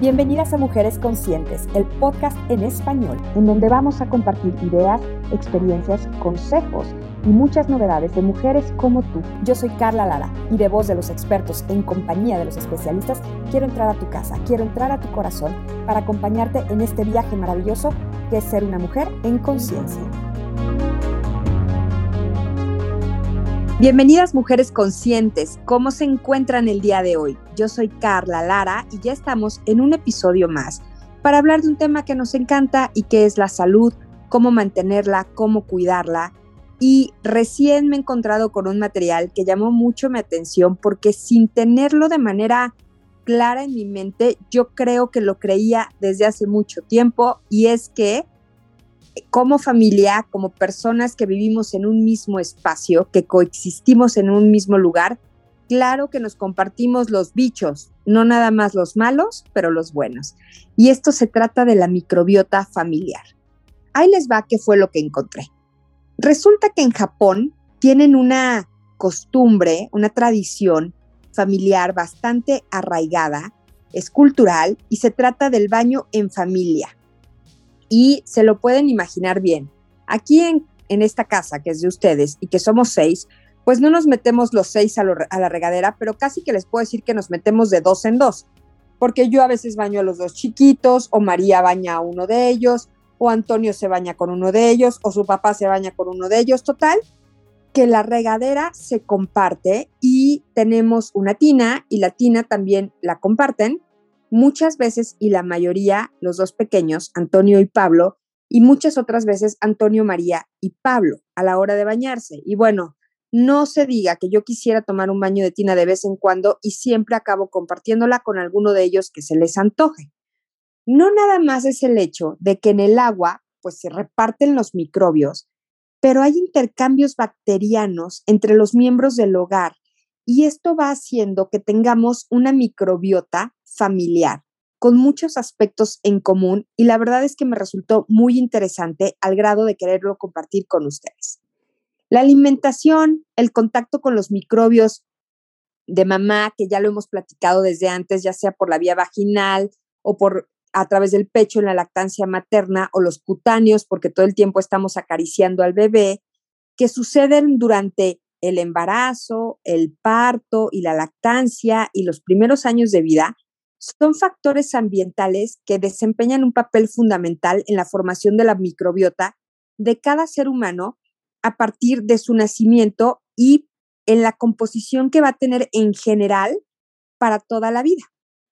Bienvenidas a Mujeres Conscientes, el podcast en español, en donde vamos a compartir ideas, experiencias, consejos y muchas novedades de mujeres como tú. Yo soy Carla Lara y de voz de los expertos en compañía de los especialistas, quiero entrar a tu casa, quiero entrar a tu corazón para acompañarte en este viaje maravilloso que es ser una mujer en conciencia. Bienvenidas Mujeres Conscientes, ¿cómo se encuentran el día de hoy? Yo soy Carla Lara y ya estamos en un episodio más para hablar de un tema que nos encanta y que es la salud, cómo mantenerla, cómo cuidarla. Y recién me he encontrado con un material que llamó mucho mi atención porque sin tenerlo de manera clara en mi mente, yo creo que lo creía desde hace mucho tiempo, y es que como familia, como personas que vivimos en un mismo espacio, que coexistimos en un mismo lugar, claro que nos compartimos los bichos, no nada más los malos, pero los buenos. Y esto se trata de la microbiota familiar. Ahí les va qué fue lo que encontré. Resulta que en Japón tienen una costumbre, una tradición familiar bastante arraigada, es cultural y se trata del baño en familia. Y se lo pueden imaginar bien. Aquí en esta casa que es de ustedes y que somos 6, pues no nos metemos los 6 a la regadera, pero casi que les puedo decir que nos metemos de 2 en 2, porque yo a veces baño a los 2 chiquitos, o María baña a uno de ellos, o Antonio se baña con uno de ellos, o su papá se baña con uno de ellos. Total, que la regadera se comparte y tenemos una tina, y la tina también la comparten. Muchas veces, y la mayoría, los 2 pequeños, Antonio y Pablo, y muchas otras veces Antonio, María y Pablo a la hora de bañarse. Y bueno, no se diga que yo quisiera tomar un baño de tina de vez en cuando y siempre acabo compartiéndola con alguno de ellos que se les antoje. No nada más es el hecho de que en el agua pues se reparten los microbios, pero hay intercambios bacterianos entre los miembros del hogar, y esto va haciendo que tengamos una microbiota familiar con muchos aspectos en común, y la verdad es que me resultó muy interesante al grado de quererlo compartir con ustedes. La alimentación, el contacto con los microbios de mamá, que ya lo hemos platicado desde antes, ya sea por la vía vaginal o a través del pecho en la lactancia materna, o los cutáneos, porque todo el tiempo estamos acariciando al bebé, que suceden durante el embarazo, el parto y la lactancia y los primeros años de vida, son factores ambientales que desempeñan un papel fundamental en la formación de la microbiota de cada ser humano a partir de su nacimiento y en la composición que va a tener en general para toda la vida.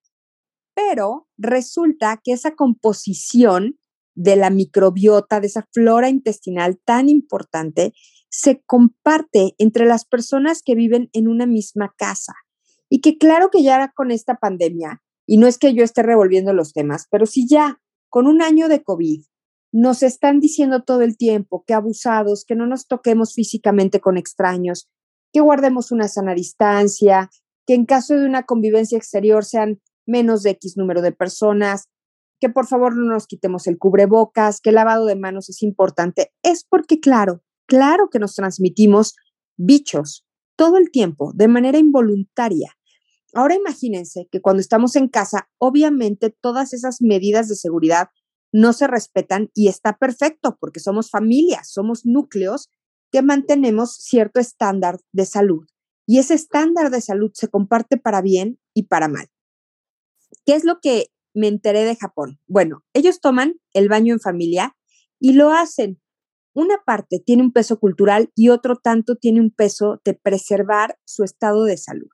Pero resulta que esa composición de la microbiota, de esa flora intestinal tan importante, se comparte entre las personas que viven en una misma casa. Y que claro que ya con esta pandemia, y no es que yo esté revolviendo los temas, pero sí ya con un año de COVID, nos están diciendo todo el tiempo que abusados, que no nos toquemos físicamente con extraños, que guardemos una sana distancia, que en caso de una convivencia exterior sean menos de X número de personas, que por favor no nos quitemos el cubrebocas, que el lavado de manos es importante. Es porque claro que nos transmitimos bichos todo el tiempo, de manera involuntaria. Ahora imagínense que cuando estamos en casa, obviamente todas esas medidas de seguridad no se respetan, y está perfecto porque somos familias, somos núcleos que mantenemos cierto estándar de salud, y ese estándar de salud se comparte para bien y para mal. ¿Qué es lo que me enteré de Japón? Bueno, ellos toman el baño en familia y lo hacen. Una parte tiene un peso cultural y otro tanto tiene un peso de preservar su estado de salud.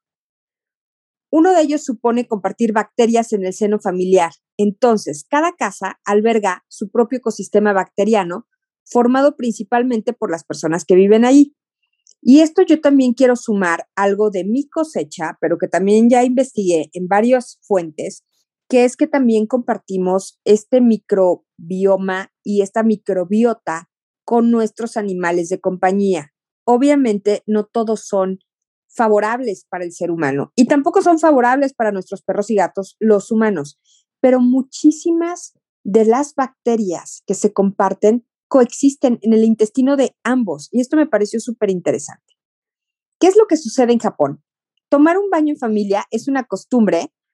Uno de ellos supone compartir bacterias en el seno familiar. Entonces, cada casa alberga su propio ecosistema bacteriano, formado principalmente por las personas que viven ahí. Y esto yo también quiero sumar algo de mi cosecha, pero que también ya investigué en varias fuentes, que es que también compartimos este microbioma y esta microbiota con nuestros animales de compañía. Obviamente no todos son favorables para el ser humano y tampoco son favorables para nuestros perros y gatos, los humanos, pero muchísimas de las bacterias que se comparten coexisten en el intestino de ambos, y esto me pareció súper interesante. ¿Qué es lo que sucede en Japón? Tomar un baño en familia es una costumbre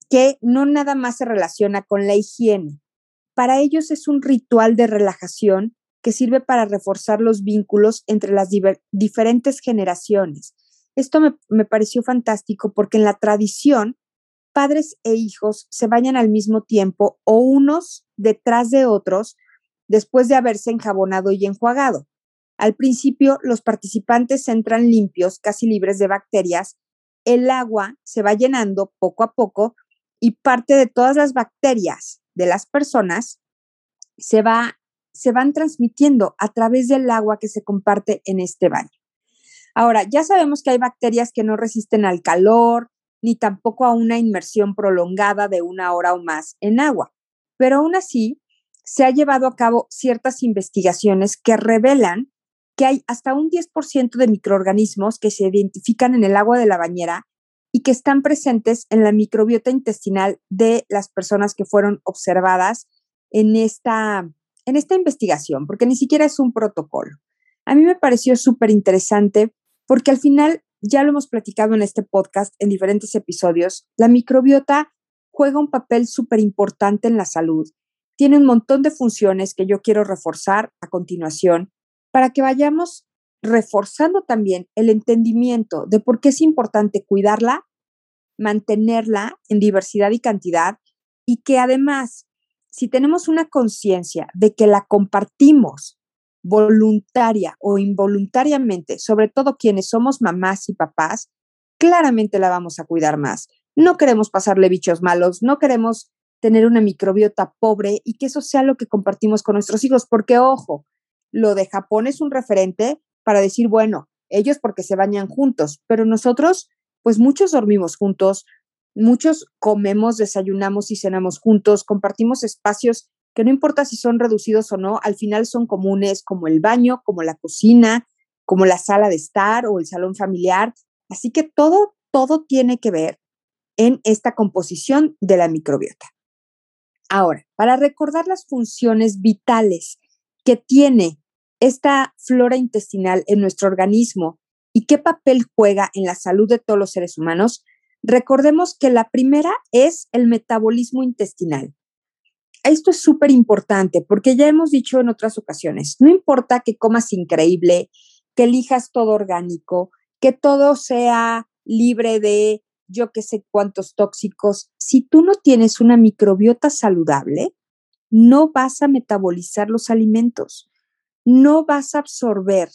que no nada más se relaciona con la higiene. Para ellos es un ritual de relajación que sirve para reforzar los vínculos entre las diferentes generaciones. Esto me pareció fantástico porque en la tradición, padres e hijos se bañan al mismo tiempo o unos detrás de otros después de haberse enjabonado y enjuagado. Al principio, los participantes entran limpios, casi libres de bacterias. El agua se va llenando poco a poco y parte de todas las bacterias de las personas se van transmitiendo a través del agua que se comparte en este baño. Ahora, ya sabemos que hay bacterias que no resisten al calor, ni tampoco a una inmersión prolongada de 1 hora o más en agua, pero aún así se ha llevado a cabo ciertas investigaciones que revelan que hay hasta un 10% de microorganismos que se identifican en el agua de la bañera y que están presentes en la microbiota intestinal de las personas que fueron observadas en esta investigación, porque ni siquiera es un protocolo. A mí me pareció súper interesante porque al final, ya lo hemos platicado en este podcast en diferentes episodios, la microbiota juega un papel súper importante en la salud. Tiene un montón de funciones que yo quiero reforzar a continuación para que vayamos reforzando también el entendimiento de por qué es importante cuidarla, mantenerla en diversidad y cantidad, y que además, si tenemos una conciencia de que la compartimos voluntaria o involuntariamente, sobre todo quienes somos mamás y papás, claramente la vamos a cuidar más. No queremos pasarle bichos malos, no queremos tener una microbiota pobre y que eso sea lo que compartimos con nuestros hijos, porque ojo, lo de Japón es un referente para decir, bueno, ellos porque se bañan juntos, pero nosotros, pues muchos dormimos juntos, muchos comemos, desayunamos y cenamos juntos, compartimos espacios que no importa si son reducidos o no, al final son comunes, como el baño, como la cocina, como la sala de estar o el salón familiar. Así que todo tiene que ver en esta composición de la microbiota. Ahora, para recordar las funciones vitales que tiene esta flora intestinal en nuestro organismo y qué papel juega en la salud de todos los seres humanos, recordemos que la primera es el metabolismo intestinal. Esto es súper importante porque ya hemos dicho en otras ocasiones, no importa que comas increíble, que elijas todo orgánico, que todo sea libre de yo que sé cuántos tóxicos, si tú no tienes una microbiota saludable, no vas a metabolizar los alimentos, no vas a absorber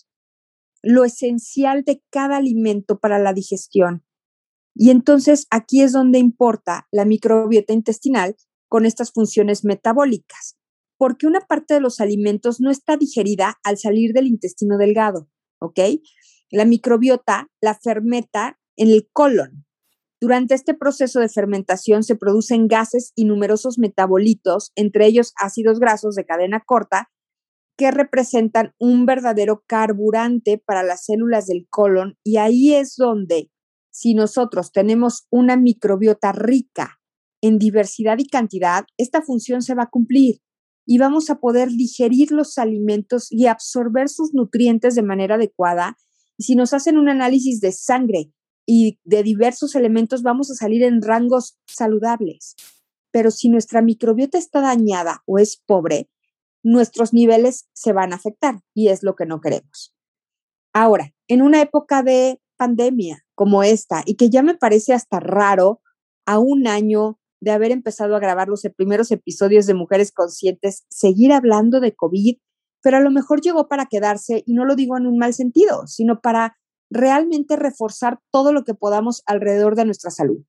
lo esencial de cada alimento para la digestión. Y entonces aquí es donde importa la microbiota intestinal con estas funciones metabólicas, porque una parte de los alimentos no está digerida al salir del intestino delgado, ¿ok? La microbiota la fermenta en el colon. Durante este proceso de fermentación se producen gases y numerosos metabolitos, entre ellos ácidos grasos de cadena corta, que representan un verdadero carburante para las células del colon, y ahí es donde, si nosotros tenemos una microbiota rica en diversidad y cantidad, esta función se va a cumplir y vamos a poder digerir los alimentos y absorber sus nutrientes de manera adecuada. Y si nos hacen un análisis de sangre y de diversos elementos, vamos a salir en rangos saludables. Pero si nuestra microbiota está dañada o es pobre, nuestros niveles se van a afectar y es lo que no queremos. Ahora, en una época de pandemia como esta, y que ya me parece hasta raro, a un año de haber empezado a grabar los primeros episodios de Mujeres Conscientes, seguir hablando de COVID, pero a lo mejor llegó para quedarse, y no lo digo en un mal sentido, sino para realmente reforzar todo lo que podamos alrededor de nuestra salud.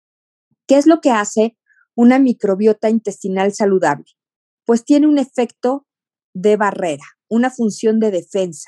¿Qué es lo que hace una microbiota intestinal saludable? Pues tiene un efecto de barrera, una función de defensa.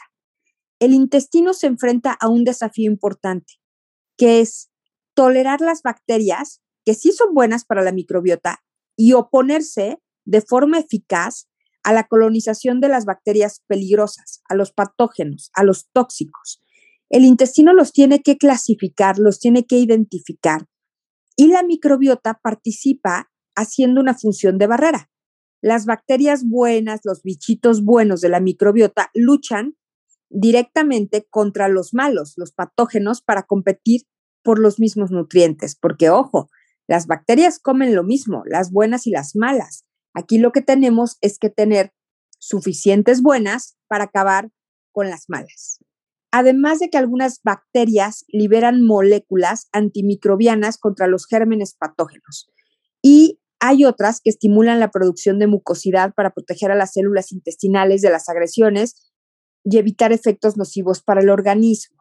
El intestino se enfrenta a un desafío importante, que es tolerar las bacterias que sí son buenas para la microbiota y oponerse de forma eficaz a la colonización de las bacterias peligrosas, a los patógenos, a los tóxicos. El intestino los tiene que clasificar, los tiene que identificar, y la microbiota participa haciendo una función de barrera. Las bacterias buenas, los bichitos buenos de la microbiota luchan directamente contra los malos, los patógenos, para competir por los mismos nutrientes. Porque, ojo, Las bacterias comen lo mismo, las buenas y las malas. Aquí lo que tenemos es que tener suficientes buenas para acabar con las malas. Además de que algunas bacterias liberan moléculas antimicrobianas contra los gérmenes patógenos. Y hay otras que estimulan la producción de mucosidad para proteger a las células intestinales de las agresiones y evitar efectos nocivos para el organismo.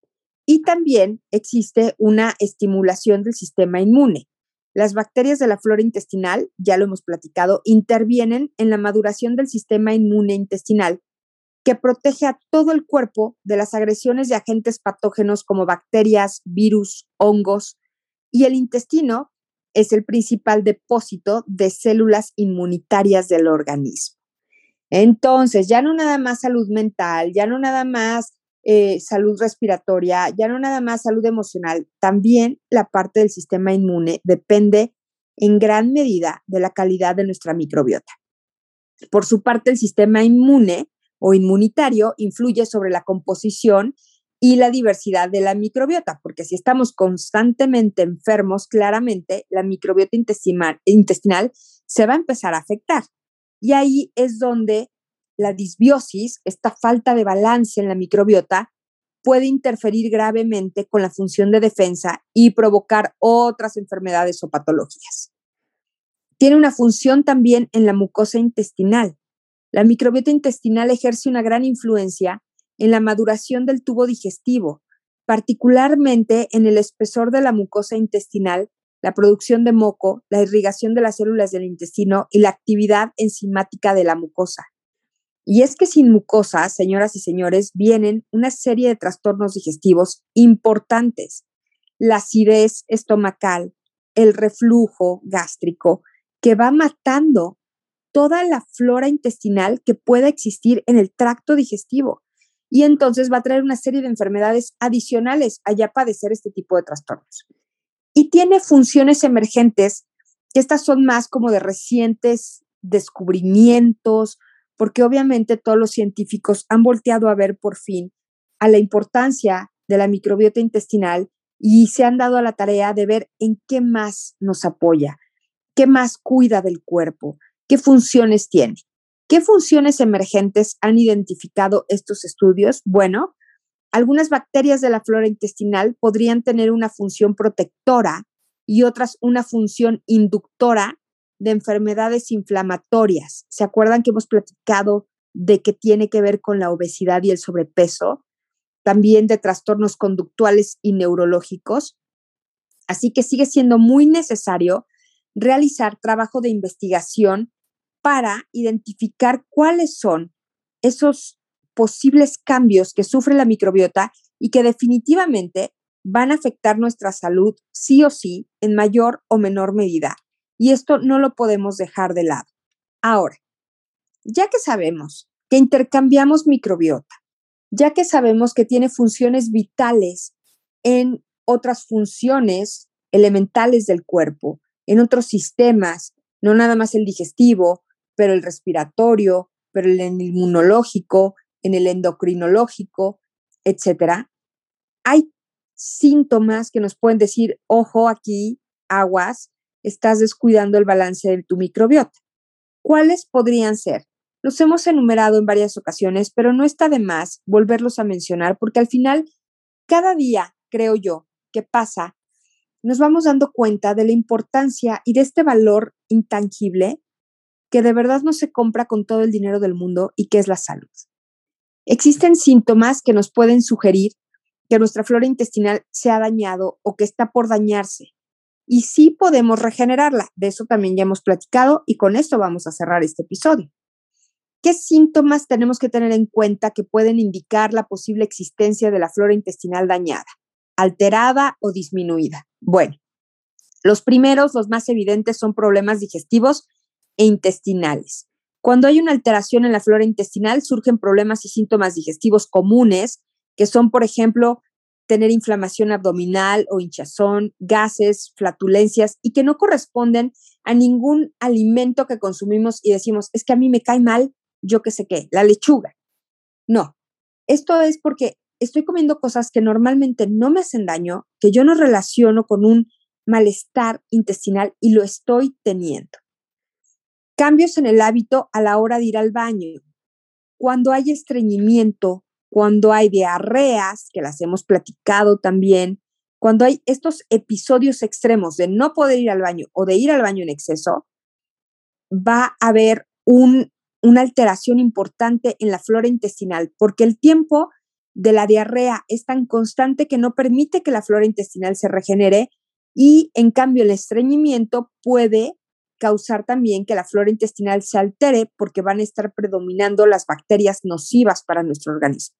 Y también existe una estimulación del sistema inmune. Las bacterias de la flora intestinal, ya lo hemos platicado, intervienen en la maduración del sistema inmune intestinal que protege a todo el cuerpo de las agresiones de agentes patógenos como bacterias, virus, hongos, y el intestino es el principal depósito de células inmunitarias del organismo. Entonces, ya no nada más salud mental, ya no nada más salud respiratoria, ya no nada más salud emocional, también la parte del sistema inmune depende en gran medida de la calidad de nuestra microbiota. Por su parte, el sistema inmune o inmunitario influye sobre la composición y la diversidad de la microbiota, porque si estamos constantemente enfermos, claramente la microbiota intestinal se va a empezar a afectar. Y ahí es donde la disbiosis, esta falta de balance en la microbiota, puede interferir gravemente con la función de defensa y provocar otras enfermedades o patologías. Tiene una función también en la mucosa intestinal. La microbiota intestinal ejerce una gran influencia en la maduración del tubo digestivo, particularmente en el espesor de la mucosa intestinal, la producción de moco, la irrigación de las células del intestino y la actividad enzimática de la mucosa. Y es que sin mucosa, señoras y señores, vienen una serie de trastornos digestivos importantes. La acidez estomacal, el reflujo gástrico, que va matando toda la flora intestinal que pueda existir en el tracto digestivo. Y entonces va a traer una serie de enfermedades adicionales a ya padecer este tipo de trastornos. Y tiene funciones emergentes, que estas son más como de recientes descubrimientos, porque obviamente todos los científicos han volteado a ver por fin a la importancia de la microbiota intestinal y se han dado a la tarea de ver en qué más nos apoya, qué más cuida del cuerpo, qué funciones tiene. ¿Qué funciones emergentes han identificado estos estudios? Bueno, algunas bacterias de la flora intestinal podrían tener una función protectora y otras una función inductora de enfermedades inflamatorias. ¿Se acuerdan que hemos platicado de que tiene que ver con la obesidad y el sobrepeso? También de trastornos conductuales y neurológicos. Así que sigue siendo muy necesario realizar trabajo de investigación para identificar cuáles son esos posibles cambios que sufre la microbiota y que definitivamente van a afectar nuestra salud sí o sí en mayor o menor medida. Y esto no lo podemos dejar de lado. Ahora, ya que sabemos que intercambiamos microbiota, ya que sabemos que tiene funciones vitales en otras funciones elementales del cuerpo, en otros sistemas, no nada más el digestivo, pero el respiratorio, pero el inmunológico, en el endocrinológico, etcétera. Hay síntomas que nos pueden decir, ojo aquí, aguas, estás descuidando el balance de tu microbiota. ¿Cuáles podrían ser? Los hemos enumerado en varias ocasiones, pero no está de más volverlos a mencionar porque al final, cada día, creo yo, que pasa, nos vamos dando cuenta de la importancia y de este valor intangible que de verdad no se compra con todo el dinero del mundo y que es la salud. Existen síntomas que nos pueden sugerir que nuestra flora intestinal se ha dañado o que está por dañarse. Y sí podemos regenerarla. De eso también ya hemos platicado y con esto vamos a cerrar este episodio. ¿Qué síntomas tenemos que tener en cuenta que pueden indicar la posible existencia de la flora intestinal dañada, alterada o disminuida? Bueno, los primeros, los más evidentes, son problemas digestivos e intestinales. Cuando hay una alteración en la flora intestinal, surgen problemas y síntomas digestivos comunes, que son, por ejemplo, tener inflamación abdominal o hinchazón, gases, flatulencias, y que no corresponden a ningún alimento que consumimos y decimos, es que a mí me cae mal, yo qué sé qué, la lechuga. No, esto es porque estoy comiendo cosas que normalmente no me hacen daño, que yo no relaciono con un malestar intestinal y lo estoy teniendo. Cambios en el hábito a la hora de ir al baño. Cuando hay estreñimiento, cuando hay diarreas, que las hemos platicado también, cuando hay estos episodios extremos de no poder ir al baño o de ir al baño en exceso, va a haber una alteración importante en la flora intestinal, porque el tiempo de la diarrea es tan constante que no permite que la flora intestinal se regenere y en cambio el estreñimiento puede causar también que la flora intestinal se altere porque van a estar predominando las bacterias nocivas para nuestro organismo.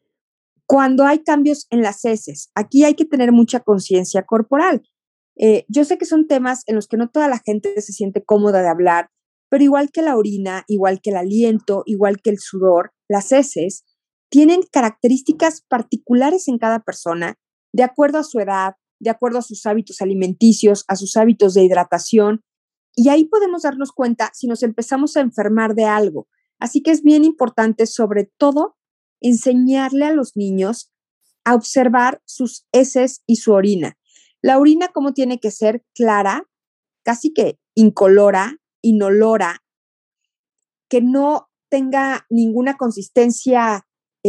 Cuando hay cambios en las heces, aquí hay que tener mucha conciencia corporal. Yo sé que son temas en los que no toda la gente se siente cómoda de hablar, pero igual que la orina, igual que el aliento, igual que el sudor, las heces tienen características particulares en cada persona, de acuerdo a su edad, de acuerdo a sus hábitos alimenticios, a sus hábitos de hidratación, y ahí podemos darnos cuenta si nos empezamos a enfermar de algo. Así que es bien importante, sobre todo, enseñarle a los niños a observar sus heces y su orina. La orina, ¿cómo tiene que ser? Clara, casi que incolora, inolora, que no tenga ninguna consistencia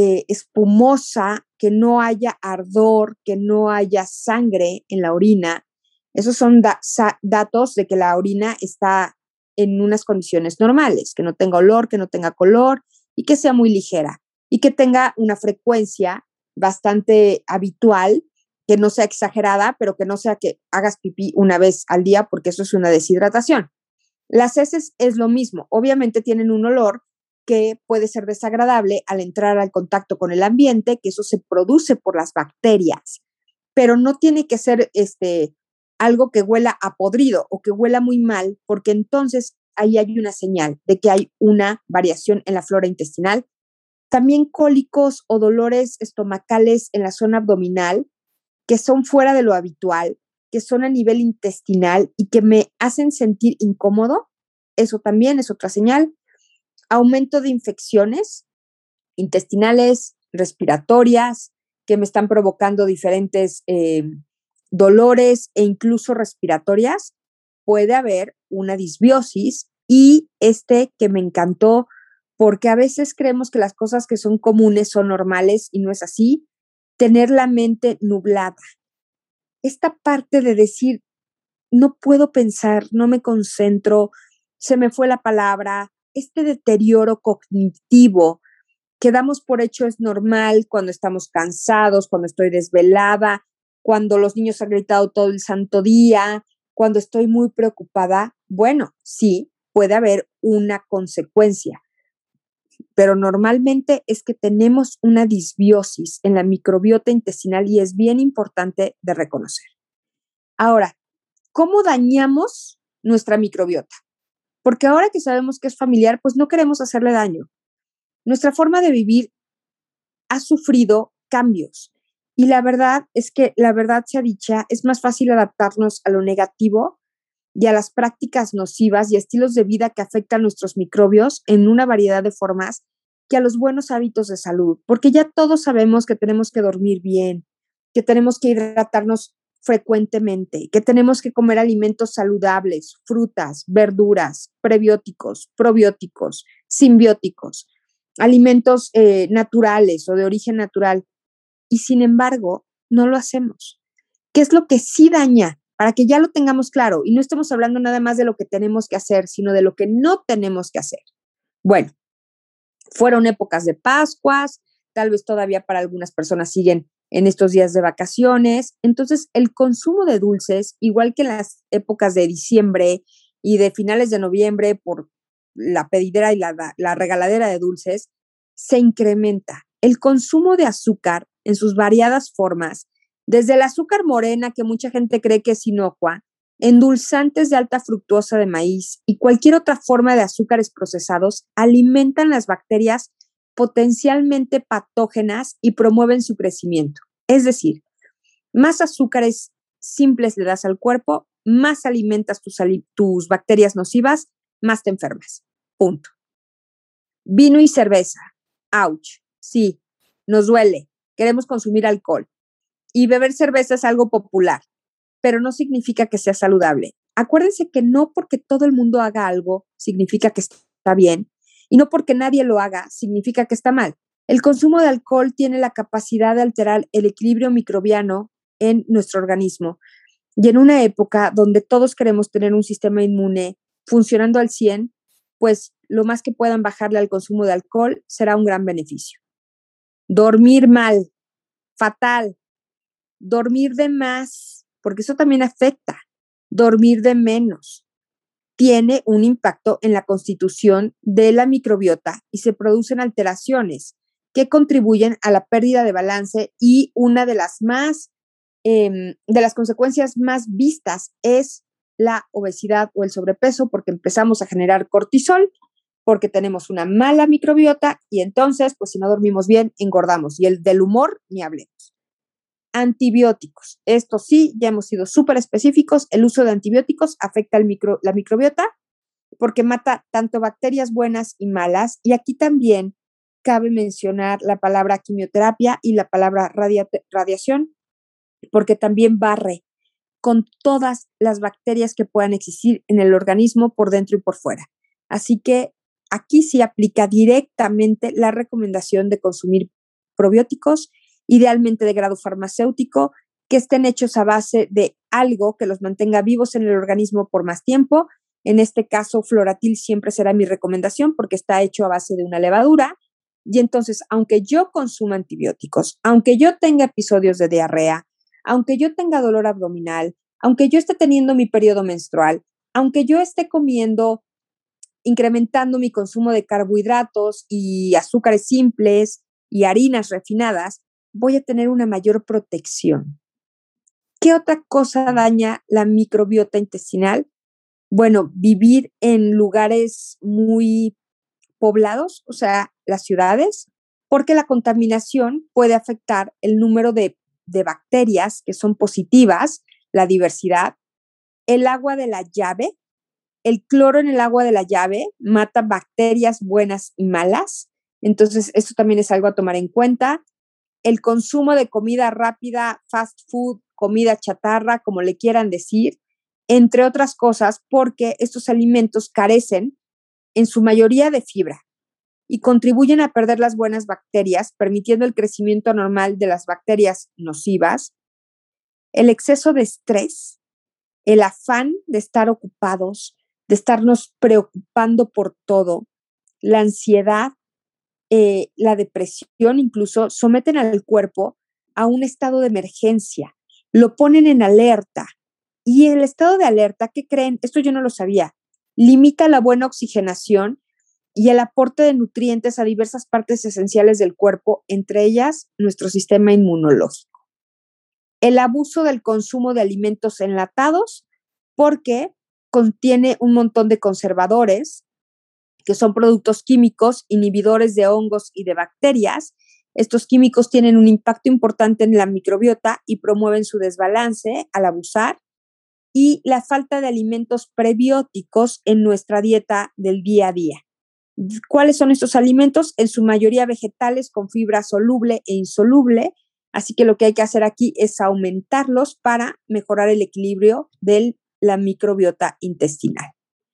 espumosa, que no haya ardor, que no haya sangre en la orina. Esos son datos de que la orina está en unas condiciones normales, que no tenga olor, que no tenga color y que sea muy ligera y que tenga una frecuencia bastante habitual, que no sea exagerada, pero que no sea que hagas pipí una vez al día, porque eso es una deshidratación. Las heces es lo mismo, obviamente tienen un olor que puede ser desagradable al entrar al contacto con el ambiente, que eso se produce por las bacterias, pero no tiene que ser algo que huela a podrido o que huela muy mal, porque entonces ahí hay una señal de que hay una variación en la flora intestinal. También cólicos o dolores estomacales en la zona abdominal, que son fuera de lo habitual, que son a nivel intestinal y que me hacen sentir incómodo, eso también es otra señal. Aumento de infecciones intestinales, respiratorias, que me están provocando diferentes dolores e incluso respiratorias. Puede haber una disbiosis y que me encantó, porque a veces creemos que las cosas que son comunes son normales y no es así. Tener la mente nublada. Esta parte de decir, no puedo pensar, no me concentro, se me fue la palabra, este deterioro cognitivo que damos por hecho es normal cuando estamos cansados, cuando estoy desvelada, cuando los niños han gritado todo el santo día, cuando estoy muy preocupada. Bueno, sí, puede haber una consecuencia, pero normalmente es que tenemos una disbiosis en la microbiota intestinal y es bien importante de reconocer. Ahora, ¿cómo dañamos nuestra microbiota? Porque ahora que sabemos que es familiar, pues no queremos hacerle daño. Nuestra forma de vivir ha sufrido cambios y la verdad es que, la verdad sea dicha, es más fácil adaptarnos a lo negativo y a las prácticas nocivas y estilos de vida que afectan a nuestros microbios en una variedad de formas que a los buenos hábitos de salud, porque ya todos sabemos que tenemos que dormir bien, que tenemos que hidratarnos frecuentemente, que tenemos que comer alimentos saludables, frutas, verduras, prebióticos, probióticos, simbióticos, alimentos naturales o de origen natural. Y sin embargo, no lo hacemos. ¿Qué es lo que sí daña? Para que ya lo tengamos claro y no estemos hablando nada más de lo que tenemos que hacer, sino de lo que no tenemos que hacer. Bueno, fueron épocas de Pascuas, tal vez todavía para algunas personas siguen en estos días de vacaciones. Entonces, el consumo de dulces, igual que en las épocas de diciembre y de finales de noviembre por la pedidera y la regaladera de dulces, se incrementa. El consumo de azúcar en sus variadas formas, desde el azúcar morena, que mucha gente cree que es inocua, endulzantes de alta fructuosa de maíz y cualquier otra forma de azúcares procesados, alimentan las bacterias potencialmente patógenas y promueven su crecimiento. Es decir, más azúcares simples le das al cuerpo, más alimentas tus bacterias nocivas, más te enfermas. Punto. Vino y cerveza. Ouch. Sí, nos duele. Queremos consumir alcohol. Y beber cerveza es algo popular. pero no significa que sea saludable. Acuérdense que no porque todo el mundo haga algo significa que está bien y no porque nadie lo haga significa que está mal. El consumo de alcohol tiene la capacidad de alterar el equilibrio microbiano en nuestro organismo. Y en una época donde todos queremos tener un sistema inmune funcionando al 100, pues lo más que puedan bajarle al consumo de alcohol será un gran beneficio. Dormir mal, fatal. Dormir de más, porque eso también afecta. Dormir de menos tiene un impacto en la constitución de la microbiota y se producen alteraciones que contribuyen a la pérdida de balance y una de las de las consecuencias más vistas es la obesidad o el sobrepeso, porque empezamos a generar cortisol, porque tenemos una mala microbiota y entonces, pues si no dormimos bien, engordamos. Y el del humor, ni hablemos. Antibióticos. Esto sí, ya hemos sido súper específicos. El uso de antibióticos afecta la microbiota porque mata tanto bacterias buenas y malas. Y aquí también cabe mencionar la palabra quimioterapia y la palabra radiación, porque también barre con todas las bacterias que puedan existir en el organismo por dentro y por fuera. Así que aquí sí aplica directamente la recomendación de consumir probióticos, idealmente de grado farmacéutico, que estén hechos a base de algo que los mantenga vivos en el organismo por más tiempo. En este caso, Floratil siempre será mi recomendación porque está hecho a base de una levadura. Y entonces, aunque yo consuma antibióticos, aunque yo tenga episodios de diarrea, aunque yo tenga dolor abdominal, aunque yo esté teniendo mi periodo menstrual, aunque yo esté comiendo, incrementando mi consumo de carbohidratos y azúcares simples y harinas refinadas, voy a tener una mayor protección. ¿Qué otra cosa daña la microbiota intestinal? Bueno, vivir en lugares muy poblados, o sea, las ciudades, porque la contaminación puede afectar el número de bacterias que son positivas, la diversidad. El agua de la llave, el cloro en el agua de la llave mata bacterias buenas y malas, entonces eso también es algo a tomar en cuenta. El consumo de comida rápida, fast food, comida chatarra, como le quieran decir, entre otras cosas, porque estos alimentos carecen en su mayoría de fibra y contribuyen a perder las buenas bacterias, permitiendo el crecimiento normal de las bacterias nocivas. El exceso de estrés, el afán de estar ocupados, de estarnos preocupando por todo, la ansiedad, la depresión incluso someten al cuerpo a un estado de emergencia, lo ponen en alerta. Y el estado de alerta, ¿qué creen? Esto yo no lo sabía, limita la buena oxigenación y el aporte de nutrientes a diversas partes esenciales del cuerpo, entre ellas nuestro sistema inmunológico. El abuso del consumo de alimentos enlatados, porque contiene un montón de conservadores, que son productos químicos inhibidores de hongos y de bacterias. Estos químicos tienen un impacto importante en la microbiota y promueven su desbalance al abusar, y la falta de alimentos prebióticos en nuestra dieta del día a día. ¿Cuáles son estos alimentos? En su mayoría vegetales con fibra soluble e insoluble, así que lo que hay que hacer aquí es aumentarlos para mejorar el equilibrio de la microbiota intestinal.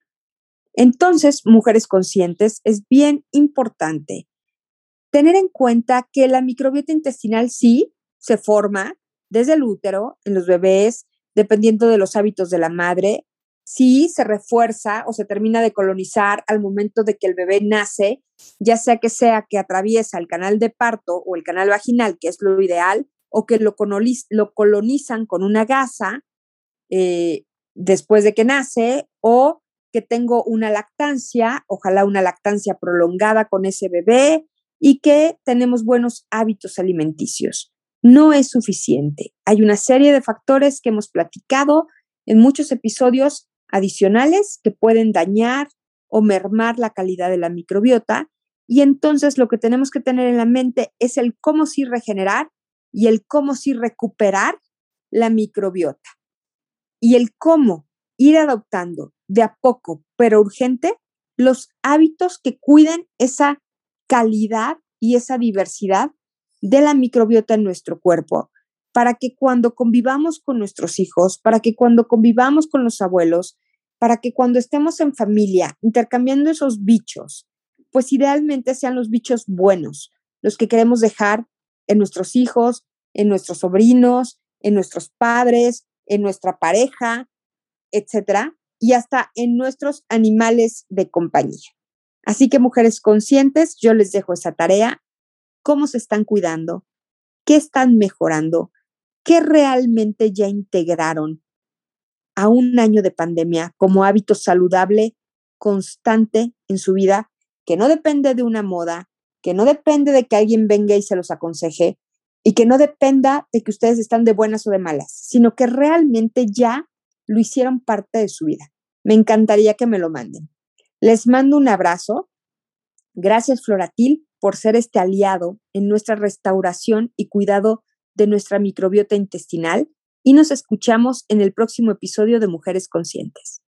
Entonces, mujeres conscientes, es bien importante tener en cuenta que la microbiota intestinal sí se forma desde el útero, en los bebés, dependiendo de los hábitos de la madre, sí se refuerza o se termina de colonizar al momento de que el bebé nace, ya sea que atraviesa el canal de parto o el canal vaginal, que es lo ideal, o que lo colonizan con una gasa después de que nace, o que tengo una lactancia, ojalá una lactancia prolongada con ese bebé, y que tenemos buenos hábitos alimenticios. No es suficiente. Hay una serie de factores que hemos platicado en muchos episodios adicionales que pueden dañar o mermar la calidad de la microbiota, y entonces lo que tenemos que tener en la mente es el cómo sí regenerar y el cómo sí recuperar la microbiota, y el cómo ir adoptando de a poco, pero urgente, los hábitos que cuiden esa calidad y esa diversidad de la microbiota en nuestro cuerpo, para que cuando convivamos con nuestros hijos, para que cuando convivamos con los abuelos, para que cuando estemos en familia intercambiando esos bichos, pues idealmente sean los bichos buenos, los que queremos dejar en nuestros hijos, en nuestros sobrinos, en nuestros padres, en nuestra pareja, etcétera, y hasta en nuestros animales de compañía. Así que mujeres conscientes, yo les dejo esa tarea. ¿Cómo se están cuidando? ¿Qué están mejorando? ¿Qué realmente ya integraron a un año de pandemia como hábito saludable, constante en su vida, que no depende de una moda, que no depende de que alguien venga y se los aconseje y que no dependa de que ustedes están de buenas o de malas, sino que realmente ya lo hicieron parte de su vida? Me encantaría que me lo manden. Les mando un abrazo. Gracias, Floratil, por ser este aliado en nuestra restauración y cuidado de nuestra microbiota intestinal, y nos escuchamos en el próximo episodio de Mujeres Conscientes.